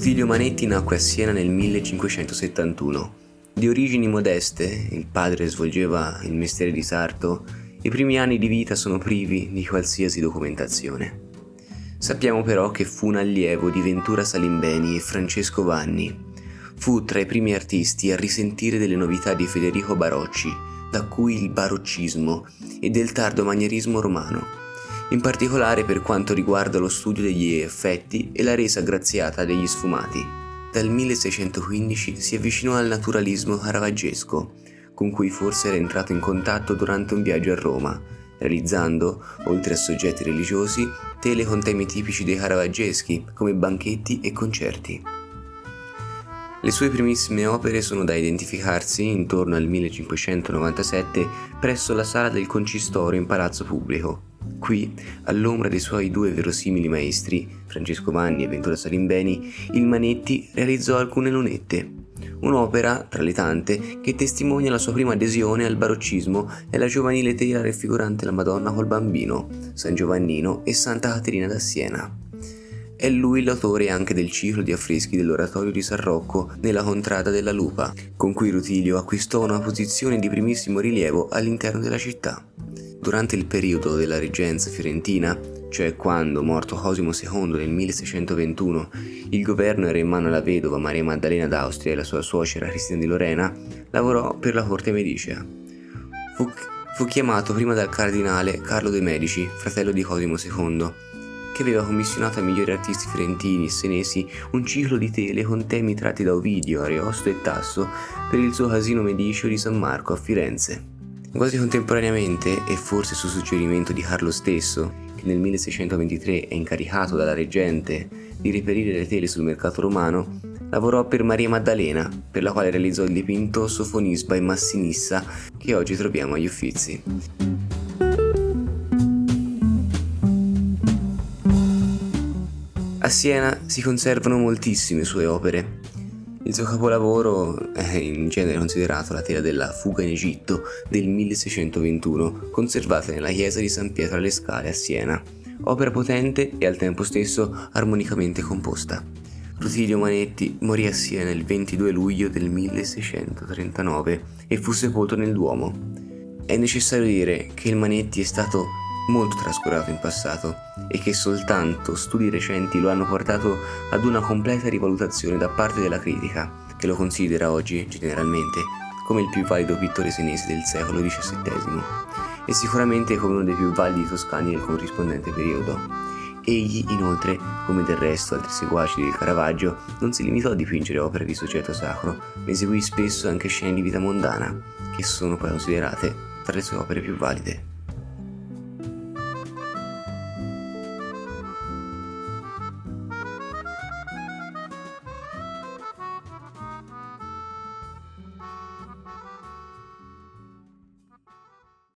Rutilio Manetti nacque a Siena nel 1571. Di origini modeste, il padre svolgeva il mestiere di sarto, i primi anni di vita sono privi di qualsiasi documentazione. Sappiamo però che fu un allievo di Ventura Salimbeni e Francesco Vanni. Fu tra i primi artisti a risentire delle novità di Federico Barocci, da cui il baroccismo e del tardo manierismo romano, in particolare per quanto riguarda lo studio degli effetti e la resa graziata degli sfumati. Dal 1615 si avvicinò al naturalismo caravaggesco, con cui forse era entrato in contatto durante un viaggio a Roma, realizzando, oltre a soggetti religiosi, tele con temi tipici dei caravaggeschi, come banchetti e concerti. Le sue primissime opere sono da identificarsi intorno al 1597 presso la sala del Concistoro in Palazzo Pubblico. Qui, all'ombra dei suoi due verosimili maestri, Francesco Vanni e Ventura Salimbeni, il Manetti realizzò alcune lunette, un'opera, tra le tante, che testimonia la sua prima adesione al baroccismo e la giovanile tela raffigurante la Madonna col Bambino, San Giovannino e Santa Caterina da Siena. È lui l'autore anche del ciclo di affreschi dell'oratorio di San Rocco nella contrada della Lupa, con cui Rutilio acquistò una posizione di primissimo rilievo all'interno della città. Durante il periodo della reggenza fiorentina, cioè quando, morto Cosimo II nel 1621, il governo era in mano alla vedova Maria Maddalena d'Austria e la sua suocera Cristina di Lorena, lavorò per la corte medicea. Fu chiamato prima dal cardinale Carlo de' Medici, fratello di Cosimo II, che aveva commissionato ai migliori artisti fiorentini e senesi un ciclo di tele con temi tratti da Ovidio, Ariosto e Tasso per il suo Casino Mediceo di San Marco a Firenze. Quasi contemporaneamente, e forse su suggerimento di Carlo stesso, che nel 1623 è incaricato dalla reggente di reperire le tele sul mercato romano, lavorò per Maria Maddalena, per la quale realizzò il dipinto Sofonisba e Massinissa che oggi troviamo agli Uffizi. A Siena si conservano moltissime sue opere. Il suo capolavoro è in genere considerato la tela della Fuga in Egitto del 1621, conservata nella chiesa di San Pietro alle Scale a Siena, opera potente e al tempo stesso armonicamente composta. Rutilio Manetti morì a Siena il 22 luglio del 1639 e fu sepolto nel Duomo. È necessario dire che il Manetti è stato molto trascurato in passato e che soltanto studi recenti lo hanno portato ad una completa rivalutazione da parte della critica, che lo considera oggi, generalmente, come il più valido pittore senese del secolo XVII e sicuramente come uno dei più validi toscani del corrispondente periodo. Egli, inoltre, come del resto altri seguaci del Caravaggio, non si limitò a dipingere opere di soggetto sacro, ma eseguì spesso anche scene di vita mondana, che sono poi considerate tra le sue opere più valide.